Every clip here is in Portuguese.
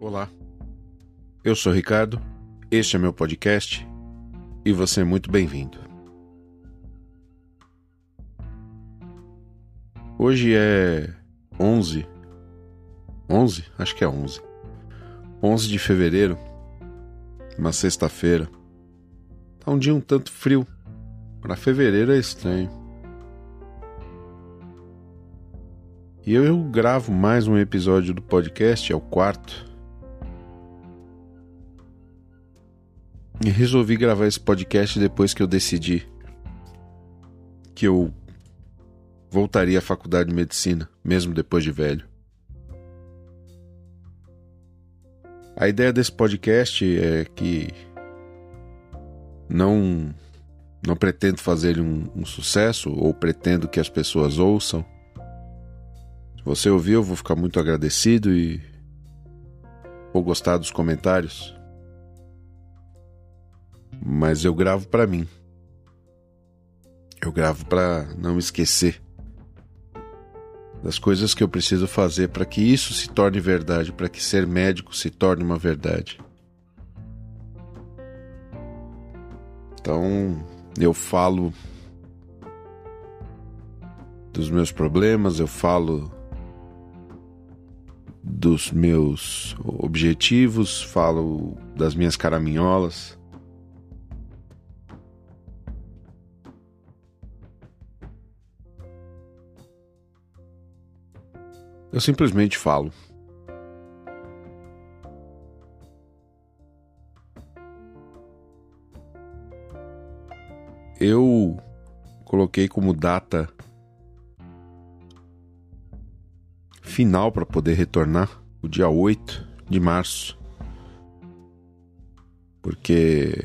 Olá, eu sou Ricardo, este é meu podcast e você é muito bem-vindo. Hoje é 11? Acho que é 11 de fevereiro, uma sexta-feira. Tá um dia um tanto frio, para fevereiro é estranho. E eu gravo mais um episódio do podcast, é o 4. E resolvi gravar esse podcast depois que eu decidi que eu voltaria à faculdade de medicina, mesmo depois de velho. A ideia desse podcast é que não pretendo fazer ele um sucesso, ou pretendo que as pessoas ouçam. Se você ouvir, eu vou ficar muito agradecido e vou gostar dos comentários. Mas eu gravo pra mim. Eu gravo pra não esquecer das coisas que eu preciso fazer para que isso se torne verdade, para que ser médico se torne uma verdade. Então, eu falo dos meus problemas, eu falo dos meus objetivos, falo das minhas caraminholas. Eu simplesmente falo. Eu coloquei como data final para poder retornar o dia 8 de março. Porque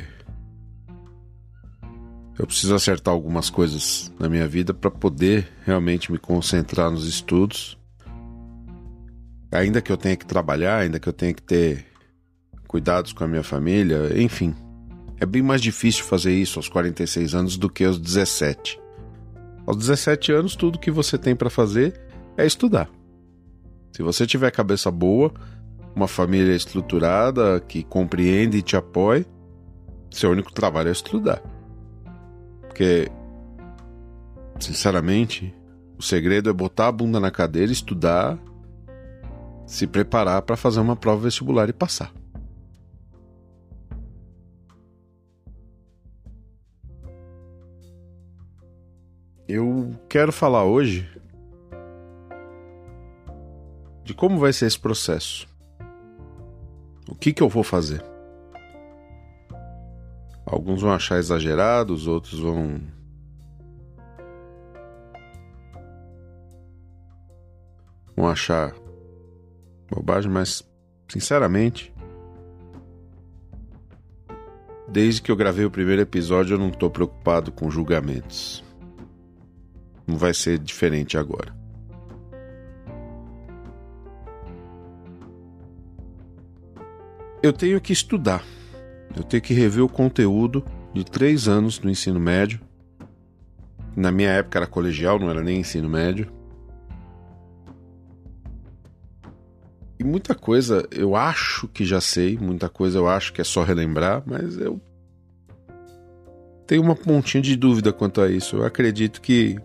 eu preciso acertar algumas coisas na minha vida para poder realmente me concentrar nos estudos. Ainda que eu tenha que trabalhar, ainda que eu tenha que ter cuidados com a minha família, enfim. É bem mais difícil fazer isso aos 46 anos do que aos 17. Aos 17 anos, tudo que você tem para fazer é estudar. Se você tiver cabeça boa, uma família estruturada, que compreende e te apoie, seu único trabalho é estudar. Porque, sinceramente, o segredo é botar a bunda na cadeira, estudar, se preparar para fazer uma prova vestibular e passar. Eu quero falar hoje de como vai ser esse processo. O que eu vou fazer? Alguns vão achar exagerado, os outros vão achar bobagem, mas, sinceramente, desde que eu gravei o primeiro episódio, eu não estou preocupado com julgamentos. Não vai ser diferente agora. Eu tenho que estudar. Eu tenho que rever o conteúdo de 3 anos no ensino médio. Na minha época era colegial, não era nem ensino médio. E muita coisa eu acho que já sei, muita coisa eu acho que é só relembrar, mas eu tenho uma pontinha de dúvida quanto a isso. Eu acredito que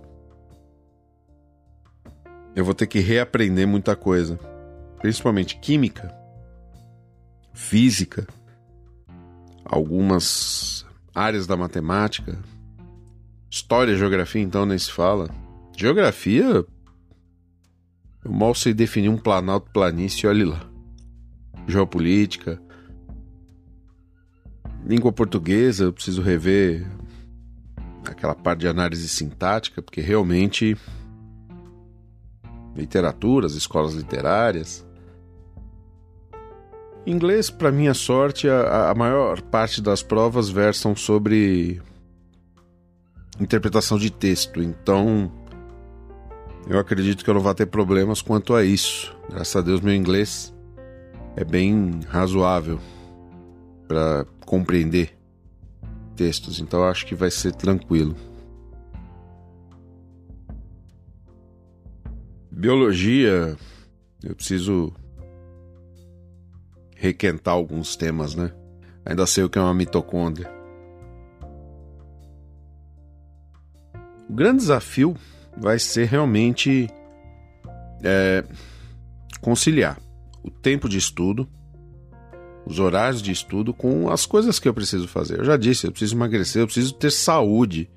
eu vou ter que reaprender muita coisa, principalmente química, física, algumas áreas da matemática, história, geografia, então nem se fala. Geografia, eu mal sei definir um planalto, planície, olhe lá. Geopolítica, língua portuguesa, eu preciso rever aquela parte de análise sintática, porque realmente literaturas, escolas literárias. Inglês, para minha sorte, a maior parte das provas versam sobre interpretação de texto, então eu acredito que eu não vou ter problemas quanto a isso. Graças a Deus, meu inglês é bem razoável para compreender textos, então eu acho que vai ser tranquilo. Biologia, eu preciso requentar alguns temas, né? Ainda sei o que é uma mitocôndria. O grande desafio vai ser realmente conciliar o tempo de estudo, os horários de estudo com as coisas que eu preciso fazer. Eu já disse, eu preciso emagrecer, eu preciso ter saúde.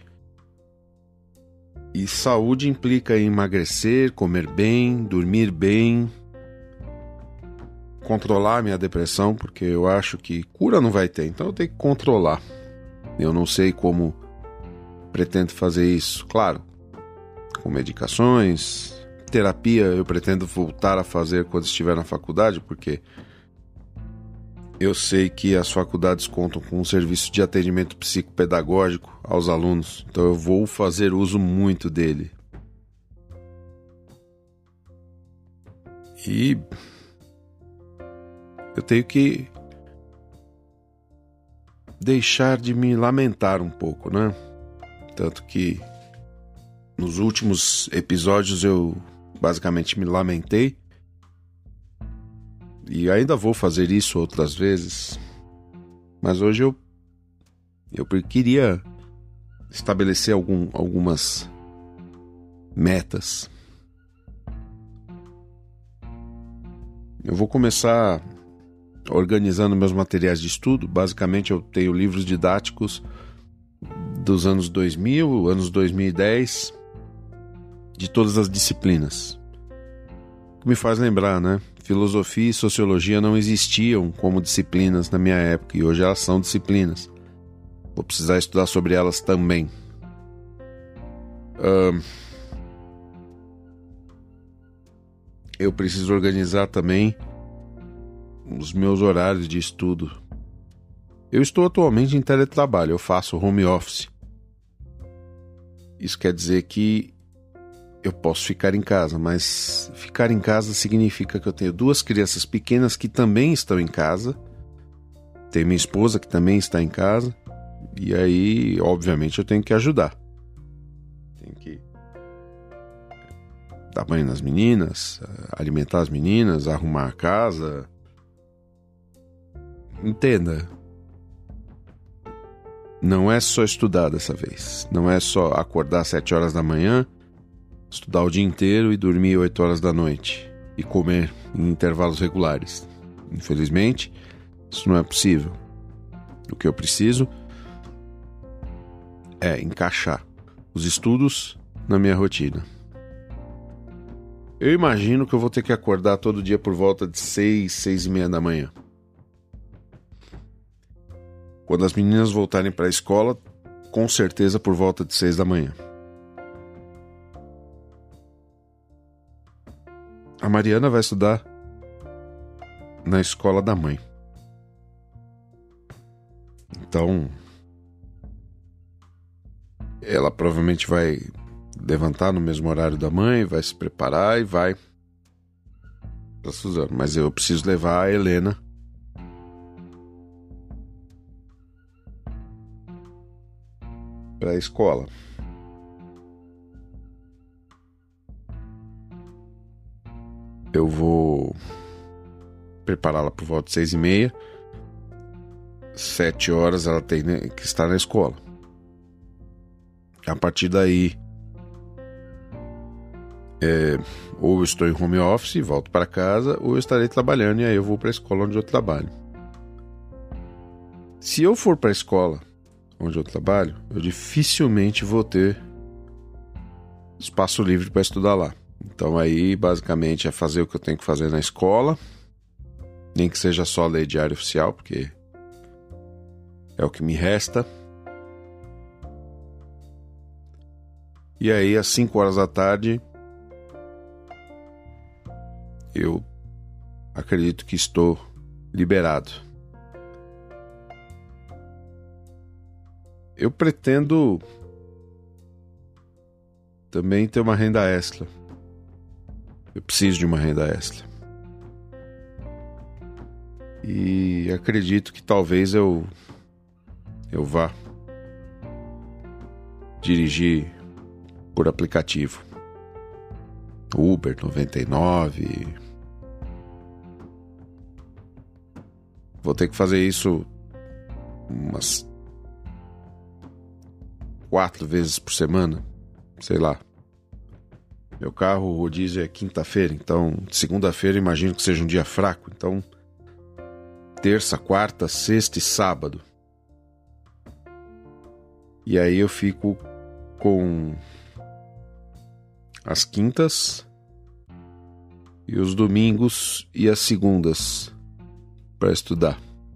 E saúde implica em emagrecer, comer bem, dormir bem, controlar a minha depressão, porque eu acho que cura não vai ter, então eu tenho que controlar. Eu não sei como pretendo fazer isso, claro, com medicações, terapia eu pretendo voltar a fazer quando estiver na faculdade, porque eu sei que as faculdades contam com um serviço de atendimento psicopedagógico aos alunos, então eu vou fazer uso muito dele. E eu tenho que deixar de me lamentar um pouco, né? Tanto que nos últimos episódios eu basicamente me lamentei. E ainda vou fazer isso outras vezes. Mas hoje eu queria estabelecer algumas metas. Eu vou começar organizando meus materiais de estudo. Basicamente eu tenho livros didáticos dos anos 2000, anos 2010, de todas as disciplinas. O que me faz lembrar, né? Filosofia e sociologia não existiam como disciplinas na minha época e hoje elas são disciplinas. Vou precisar estudar sobre elas também. Eu preciso organizar também os meus horários de estudo. Eu estou atualmente em teletrabalho, eu faço home office. Isso quer dizer que eu posso ficar em casa, mas ficar em casa significa que eu tenho 2 crianças pequenas que também estão em casa. Tenho minha esposa que também está em casa. E aí, obviamente, eu tenho que ajudar. Tenho que dar banho nas meninas, alimentar as meninas, arrumar a casa. Entenda. Não é só estudar dessa vez. Não é só acordar às 7 horas da manhã, estudar o dia inteiro e dormir 8 horas da noite e comer em intervalos regulares. Infelizmente, isso não é possível. O que eu preciso é encaixar os estudos na minha rotina. Eu imagino que eu vou ter que acordar todo dia por volta de 6, 6:30 da manhã. Quando as meninas voltarem para a escola, com certeza por volta de 6 da manhã. A Mariana vai estudar na escola da mãe. Então, ela provavelmente vai levantar no mesmo horário da mãe, vai se preparar e vai para Suzano. Mas eu preciso levar a Helena para a escola. Eu vou prepará-la por volta de 6:30. 7 horas ela tem que estar na escola. A partir daí, ou eu estou em home office e volto para casa, ou eu estarei trabalhando e aí eu vou para a escola onde eu trabalho. Se eu for para a escola onde eu trabalho, eu dificilmente vou ter espaço livre para estudar lá. Então aí basicamente é fazer o que eu tenho que fazer na escola, nem que seja só ler diário oficial, porque é o que me resta. E aí às 5 horas da tarde eu acredito que estou liberado. Eu pretendo também ter uma renda extra. Eu preciso de uma renda extra. E acredito que talvez eu vá dirigir por aplicativo. Uber 99. Vou ter que fazer isso umas 4 vezes por semana, sei lá. Meu carro, o rodízio é quinta-feira, então segunda-feira imagino que seja um dia fraco, então terça, quarta, sexta e sábado. E aí eu fico com as quintas e os domingos e as segundas para estudar.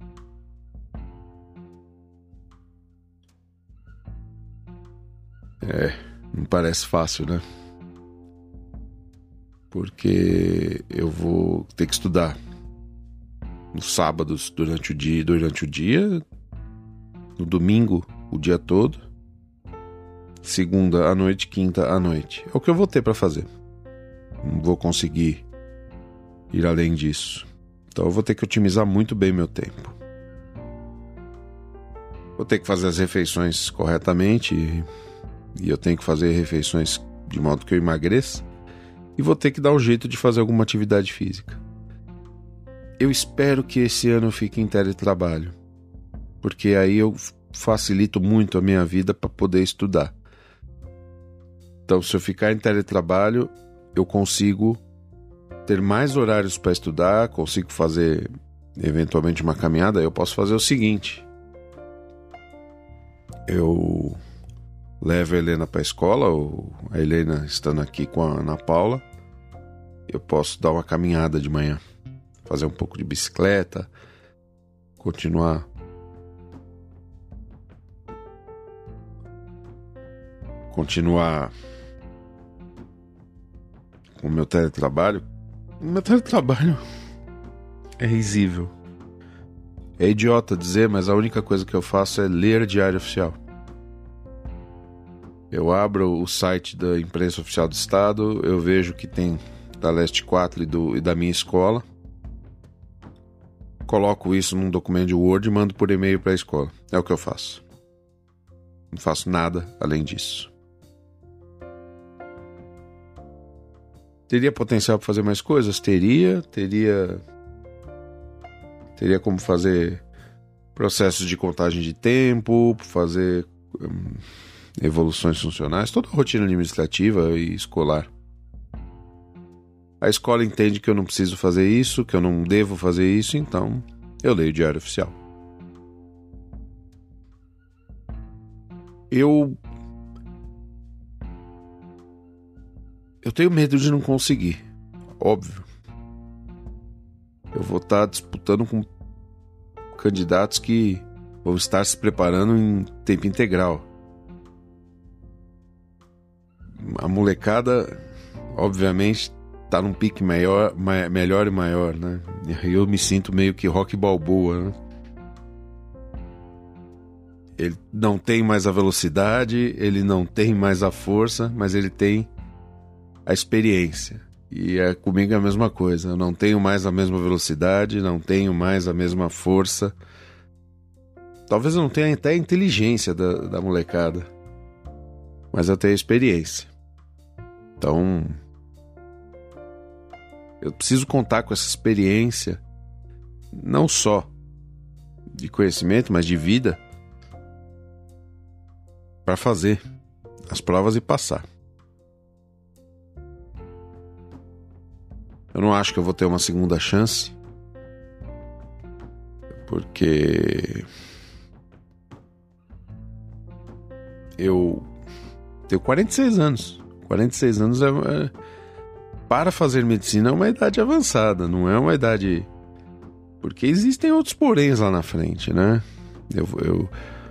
Não parece fácil, né? Porque eu vou ter que estudar nos sábados durante o dia, no domingo o dia todo, segunda à noite, quinta à noite. É o que eu vou ter para fazer. Não vou conseguir ir além disso. Então eu vou ter que otimizar muito bem meu tempo. Vou ter que fazer as refeições corretamente e eu tenho que fazer refeições de modo que eu emagreça. E vou ter que dar um jeito de fazer alguma atividade física. Eu espero que esse ano eu fique em teletrabalho, porque aí eu facilito muito a minha vida para poder estudar. Então, se eu ficar em teletrabalho, eu consigo ter mais horários para estudar, consigo fazer eventualmente uma caminhada. Eu posso fazer o seguinte: eu levo a Helena para a escola, ou a Helena estando aqui com a Ana Paula, eu posso dar uma caminhada de manhã, fazer um pouco de bicicleta, continuar com o meu teletrabalho. O meu teletrabalho é risível. É idiota dizer, mas a única coisa que eu faço é ler Diário Oficial. Eu abro o site da Imprensa Oficial do Estado, eu vejo que tem da Leste 4 e da minha escola, coloco isso num documento de Word e mando por e-mail para a escola. É o que eu faço. Não faço nada além disso. Teria potencial para fazer mais coisas? Teria como fazer processos de contagem de tempo, fazer evoluções funcionais, toda a rotina administrativa e escolar. A escola entende que eu não preciso fazer isso, que eu não devo fazer isso, então eu leio o Diário Oficial. Eu tenho medo de não conseguir, óbvio. Eu vou estar disputando com candidatos que vão estar se preparando em tempo integral. A molecada, obviamente, tá num pique melhor e maior, né? E eu me sinto meio que Rocky Balboa, né? Ele não tem mais a velocidade, ele não tem mais a força, mas ele tem a experiência. E comigo é a mesma coisa. Eu não tenho mais a mesma velocidade, não tenho mais a mesma força. Talvez eu não tenha até a inteligência da molecada, mas eu tenho a experiência. Então, eu preciso contar com essa experiência, não só de conhecimento, mas de vida, para fazer as provas e passar. Eu não acho que eu vou ter uma segunda chance, porque eu tenho 46 anos. 46 anos para fazer medicina é uma idade avançada, não é uma idade... Porque existem outros poréns lá na frente, né? Eu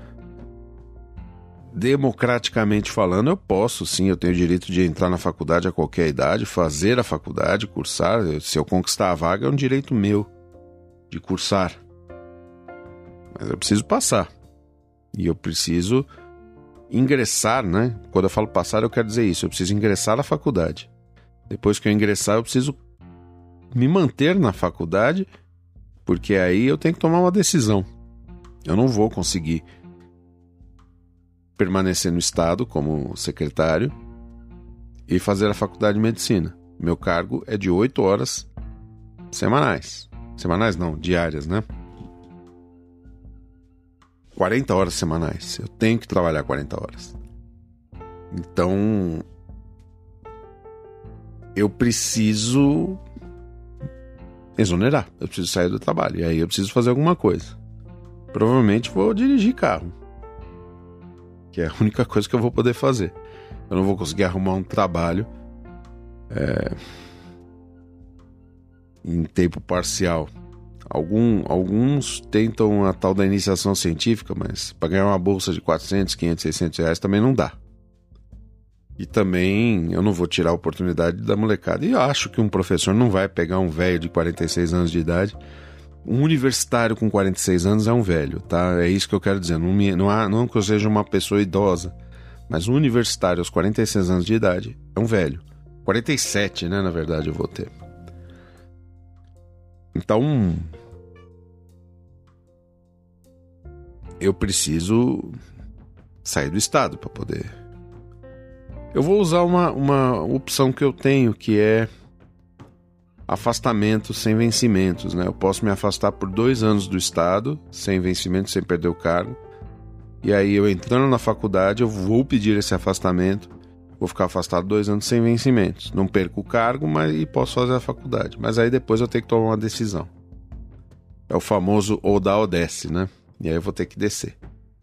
democraticamente falando, eu posso sim, eu tenho o direito de entrar na faculdade a qualquer idade, fazer a faculdade, cursar. Se eu conquistar a vaga, é um direito meu de cursar. Mas eu preciso passar. E eu preciso ingressar, né? Quando eu falo passar, eu quero dizer isso. Eu preciso ingressar na faculdade. Depois que eu ingressar, eu preciso me manter na faculdade, porque aí eu tenho que tomar uma decisão. Eu não vou conseguir permanecer no estado como secretário e fazer a faculdade de medicina. Meu cargo é de 8 horas semanais. Semanais não, diárias, né? 40 horas semanais. Eu tenho que trabalhar 40 horas. Então, eu preciso exonerar. Eu preciso sair do trabalho. E aí eu preciso fazer alguma coisa. Provavelmente vou dirigir carro, que é a única coisa que eu vou poder fazer. Eu não vou conseguir arrumar um trabalho em tempo parcial. Alguns tentam a tal da iniciação científica, mas para ganhar uma bolsa de 400, 500, 600 reais também não dá. E também eu não vou tirar a oportunidade da molecada. E eu acho que um professor não vai pegar um velho de 46 anos de idade. Um universitário com 46 anos é um velho, tá? É isso que eu quero dizer. Não que eu seja uma pessoa idosa, mas um universitário aos 46 anos de idade é um velho. 47, né? Na verdade, eu vou ter. Então, eu preciso sair do estado para poder. Eu vou usar uma opção que eu tenho, que é afastamento sem vencimentos, né? Eu posso me afastar por 2 anos do estado, sem vencimento, sem perder o cargo. E aí, eu entrando na faculdade, eu vou pedir esse afastamento. Vou ficar afastado 2 anos sem vencimentos. Não perco o cargo, mas e posso fazer a faculdade. Mas aí depois eu tenho que tomar uma decisão. É o famoso ou dá ou desce, né? E aí eu vou ter que descer.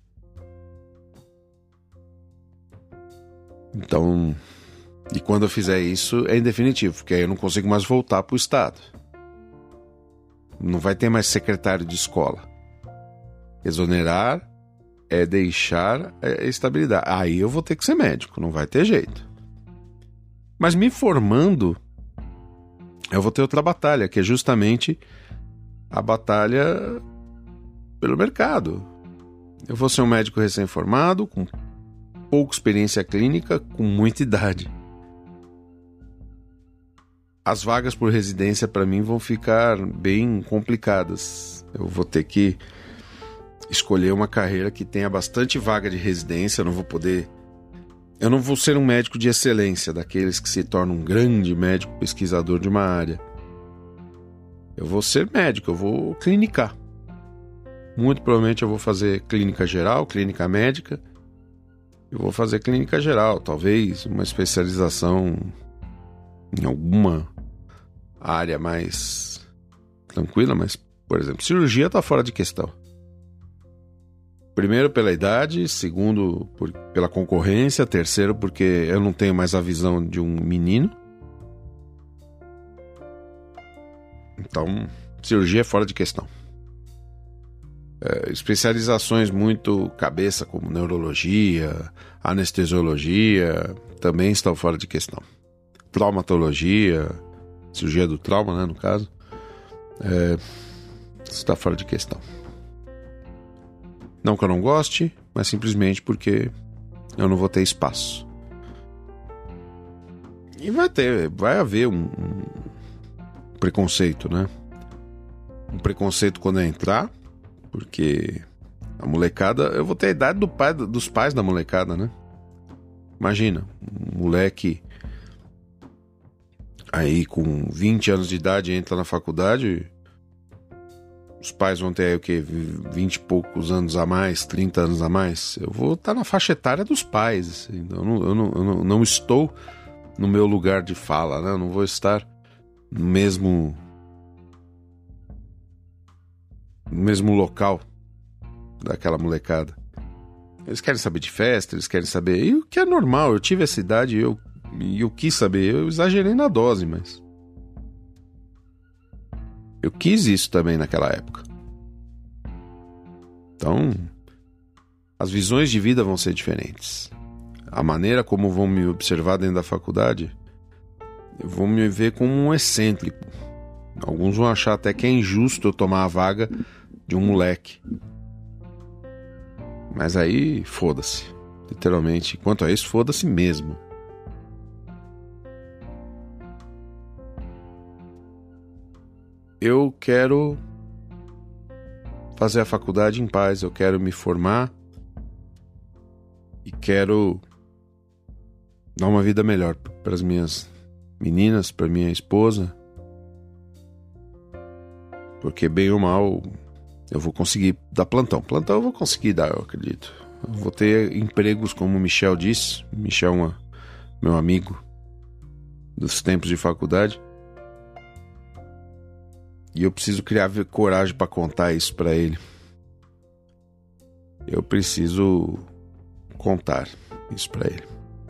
Então, e quando eu fizer isso, é indefinitivo, porque aí eu não consigo mais voltar para o estado. Não vai ter mais secretário de escola. Exonerar é deixar a estabilidade. Aí eu vou ter que ser médico, não vai ter jeito. Mas me formando, eu vou ter outra batalha, que é justamente a batalha pelo mercado. Eu vou ser um médico recém-formado, com pouca experiência clínica, com muita idade. As vagas por residência para mim vão ficar bem complicadas. Eu vou ter que escolher uma carreira que tenha bastante vaga de residência. Eu não vou ser um médico de excelência, daqueles que se tornam um grande médico pesquisador de uma área. Eu vou ser médico, eu vou clinicar. Muito provavelmente eu vou fazer clínica geral, clínica médica. Eu vou fazer clínica geral, talvez uma especialização em alguma área mais tranquila, mas, por exemplo, cirurgia está fora de questão. Primeiro pela idade, segundo pela concorrência, terceiro porque eu não tenho mais a visão de um menino. Então, cirurgia é fora de questão. Especializações muito cabeça, como neurologia, anestesiologia, também estão fora de questão. Traumatologia, cirurgia do trauma, né, no caso, está fora de questão. Não que eu não goste, mas simplesmente porque eu não vou ter espaço. E vai haver um preconceito, né? Um preconceito quando eu entrar, porque a molecada, eu vou ter a idade dos pais da molecada, né? Imagina, um moleque aí com 20 anos de idade entra na faculdade, os pais vão ter aí o quê? 20 e poucos anos a mais, 30 anos a mais. Eu vou estar na faixa etária dos pais. Assim. Eu não estou no meu lugar de fala, né? Eu não vou estar no mesmo local daquela molecada. Eles querem saber de festa, eles querem saber... E o que é normal, eu tive essa idade e eu quis saber. Eu exagerei na dose, mas... eu quis isso também naquela época. Então, as visões de vida vão ser diferentes. A maneira como vão me observar dentro da faculdade, vão me ver como um excêntrico. Alguns vão achar até que é injusto eu tomar a vaga de um moleque. Mas aí, foda-se. Literalmente, quanto a isso, foda-se mesmo. Eu quero fazer a faculdade em paz, eu quero me formar e quero dar uma vida melhor para as minhas meninas, para minha esposa, porque bem ou mal eu vou conseguir dar plantão. Plantão eu vou conseguir dar, eu acredito. Eu vou ter empregos, como o Michel disse. O Michel é meu amigo dos tempos de faculdade. E eu preciso criar coragem para contar isso para ele. Eu preciso contar isso para ele.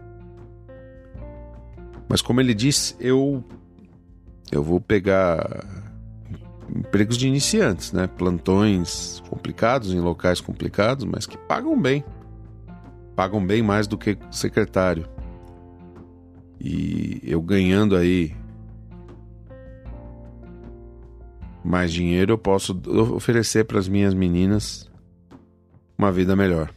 Mas como ele disse, eu vou pegar empregos de iniciantes, né? Plantões complicados em locais complicados, mas que pagam bem. Pagam bem mais do que secretário. E eu ganhando aí mais dinheiro, eu posso oferecer para as minhas meninas uma vida melhor.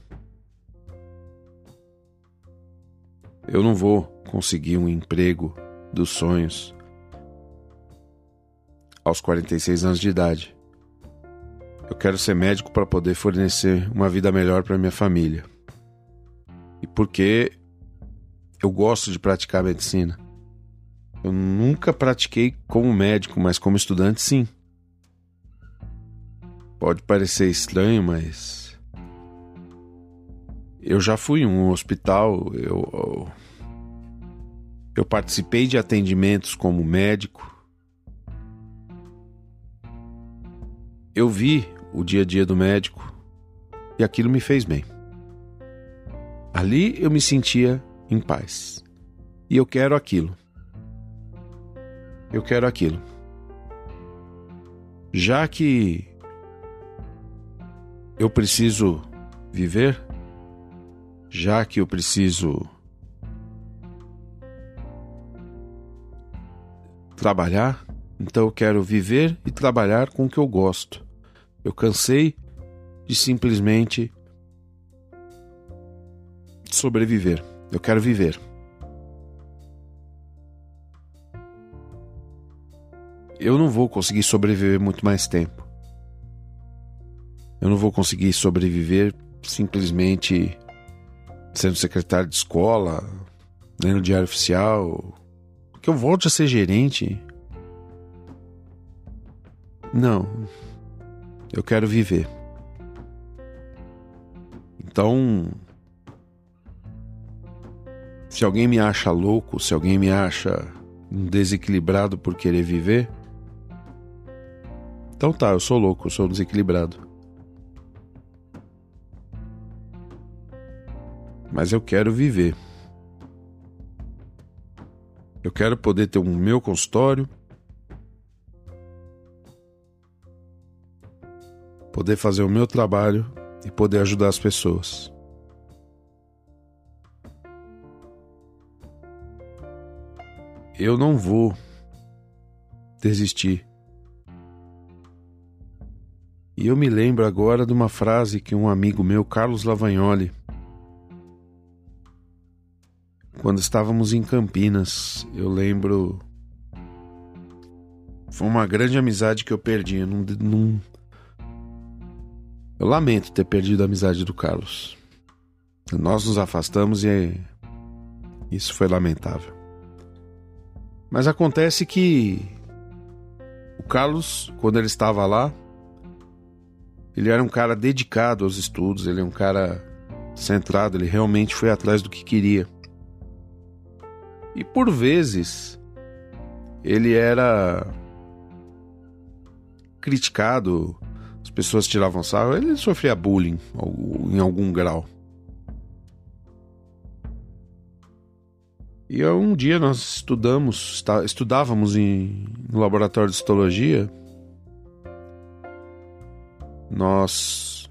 Eu não vou conseguir um emprego dos sonhos aos 46 anos de idade. Eu quero ser médico para poder fornecer uma vida melhor para minha família. E porque eu gosto de praticar medicina. Eu nunca pratiquei como médico, mas como estudante, sim. Pode parecer estranho, mas eu já fui em um hospital, eu participei de atendimentos como médico. Eu vi o dia a dia do médico e aquilo me fez bem. Ali eu me sentia em paz. E eu quero aquilo. Eu quero aquilo. Já que eu preciso viver, já que eu preciso trabalhar, então eu quero viver e trabalhar com o que eu gosto. Eu cansei de simplesmente sobreviver. Eu quero viver. Eu não vou conseguir sobreviver muito mais tempo. Eu não vou conseguir sobreviver simplesmente sendo secretário de escola, lendo diário oficial, que eu volte a ser gerente. Não. Eu quero viver. Então, se alguém me acha louco, se alguém me acha um desequilibrado por querer viver, então tá, eu sou louco, eu sou desequilibrado. Mas eu quero viver. Eu quero poder ter um meu consultório, poder fazer o meu trabalho e poder ajudar as pessoas. Eu não vou desistir. E eu me lembro agora de uma frase que um amigo meu, Carlos Lavagnoli, quando estávamos em Campinas, eu lembro, foi uma grande amizade que eu perdi. Eu lamento ter perdido a amizade do Carlos. Nós nos afastamos e isso foi lamentável. Mas acontece que o Carlos, quando ele estava lá, ele era um cara dedicado aos estudos, ele é um cara centrado, ele realmente foi atrás do que queria. E por vezes, ele era criticado, as pessoas tiravam sarro, ele sofria bullying em algum grau. E um dia nós estudávamos no laboratório de histologia. Nós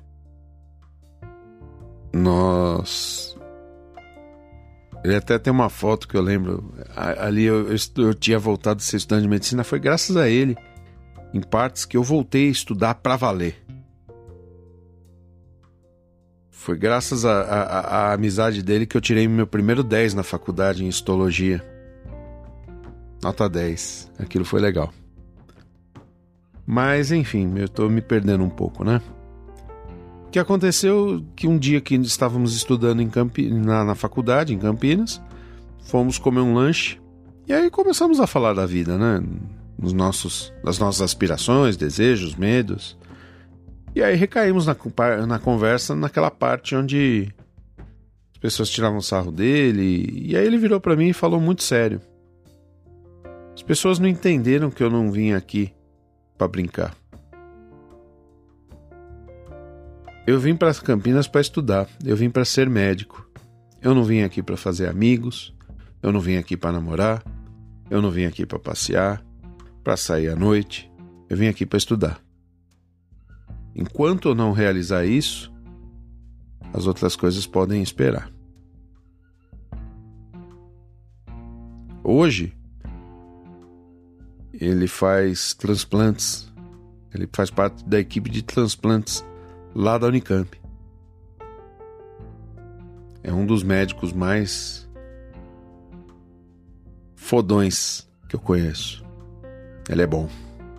Ele até tem uma foto que eu lembro. Ali eu tinha voltado a ser estudante de medicina. Foi graças a ele, em partes, que eu voltei a estudar pra valer. Foi graças à amizade dele que eu tirei meu primeiro 10 na faculdade em histologia. Nota 10. Aquilo foi legal. Mas, enfim, eu tô me perdendo um pouco, né? O que aconteceu que um dia que estávamos estudando na faculdade, em Campinas, fomos comer um lanche e aí começamos a falar da vida, né? Das nossas aspirações, desejos, medos. E aí recaímos na conversa naquela parte onde as pessoas tiravam sarro dele. E aí ele virou pra mim e falou muito sério. As pessoas não entenderam que eu não vim aqui pra brincar. Eu vim para Campinas para estudar. Eu vim para ser médico. Eu não vim aqui para fazer amigos. Eu não vim aqui para namorar. Eu não vim aqui para passear, para sair à noite. Eu vim aqui para estudar. Enquanto eu não realizar isso, as outras coisas podem esperar. Hoje, ele faz transplantes. Ele faz parte da equipe de transplantes lá da Unicamp. É um dos médicos mais fodões que eu conheço. Ele é bom.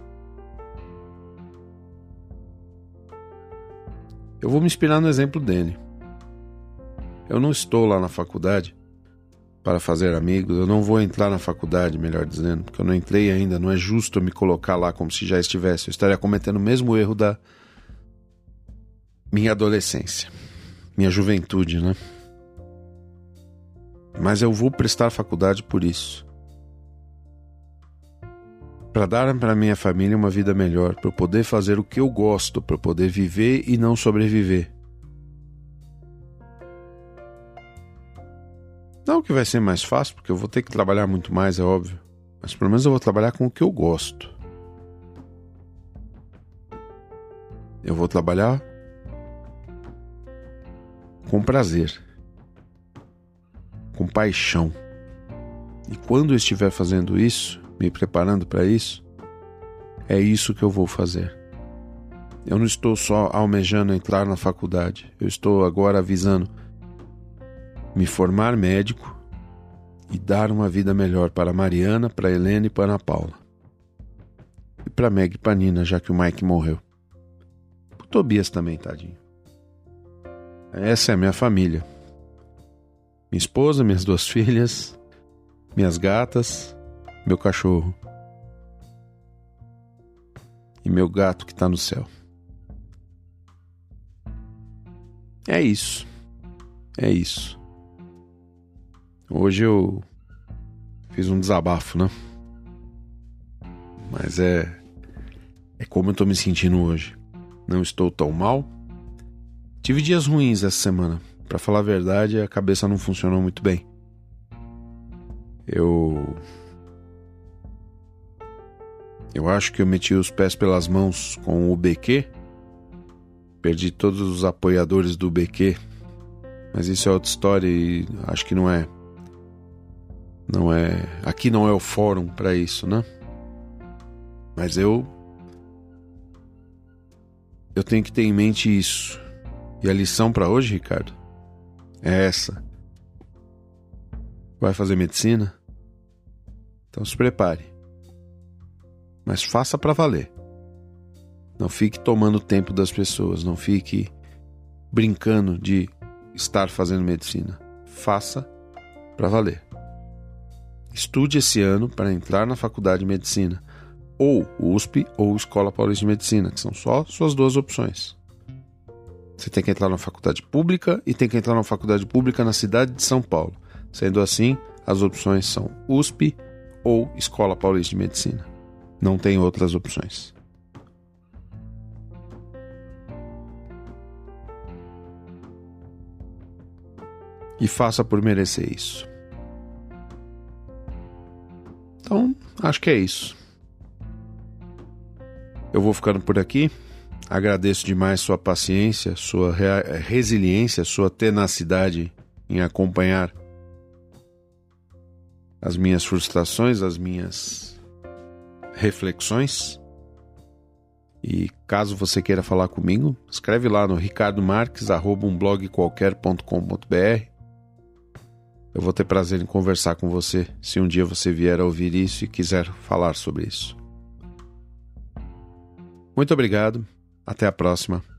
Eu vou me inspirar no exemplo dele. Eu não estou lá na faculdade para fazer amigos. Eu não vou entrar na faculdade, melhor dizendo, porque eu não entrei ainda. Não é justo eu me colocar lá como se já estivesse. Eu estaria cometendo o mesmo erro da minha adolescência, minha juventude, né? Mas eu vou prestar faculdade por isso. Para dar para minha família uma vida melhor, para eu poder fazer o que eu gosto, para eu poder viver e não sobreviver. Não que vai ser mais fácil, porque eu vou ter que trabalhar muito mais, é óbvio. Mas pelo menos eu vou trabalhar com o que eu gosto. Eu vou trabalhar com prazer, com paixão. E quando eu estiver fazendo isso, me preparando para isso, é isso que eu vou fazer. Eu não estou só almejando entrar na faculdade. Eu estou agora visando me formar médico e dar uma vida melhor para a Mariana, para a Helena e para a Ana Paula. E para a Meg e para a Nina, já que o Mike morreu. O Tobias também, tadinho. Essa é a minha família. Minha esposa, minhas 2 filhas, minhas gatas, meu cachorro. E meu gato que está no céu. É isso. É isso. Hoje eu fiz um desabafo, né? Mas é como eu estou me sentindo hoje. Não estou tão mal. Tive dias ruins essa semana. Pra falar a verdade, a cabeça não funcionou muito bem. Eu acho que eu meti os pés pelas mãos com o BQ. Perdi todos os apoiadores do BQ. Mas isso é outra história e acho que não é. Aqui não é o fórum pra isso, né? Mas eu tenho que ter em mente isso. E a lição pra hoje, Ricardo, é essa. Vai fazer medicina? Então se prepare. Mas faça pra valer. Não fique tomando tempo das pessoas. Não fique brincando de estar fazendo medicina. Faça pra valer. Estude esse ano para entrar na faculdade de medicina. Ou USP ou Escola Paulista de Medicina, que são só suas 2 opções. Você tem que entrar na faculdade pública e tem que entrar na faculdade pública na cidade de São Paulo. Sendo assim, as opções são USP ou Escola Paulista de Medicina. Não tem outras opções. E faça por merecer isso. Então, acho que é isso. Eu vou ficando por aqui. Agradeço demais sua paciência, sua resiliência, sua tenacidade em acompanhar as minhas frustrações, as minhas reflexões. E caso você queira falar comigo, escreve lá no ricardomarques@umblogqualquer.com.br. Eu vou ter prazer em conversar com você se um dia você vier a ouvir isso e quiser falar sobre isso. Muito obrigado. Até a próxima.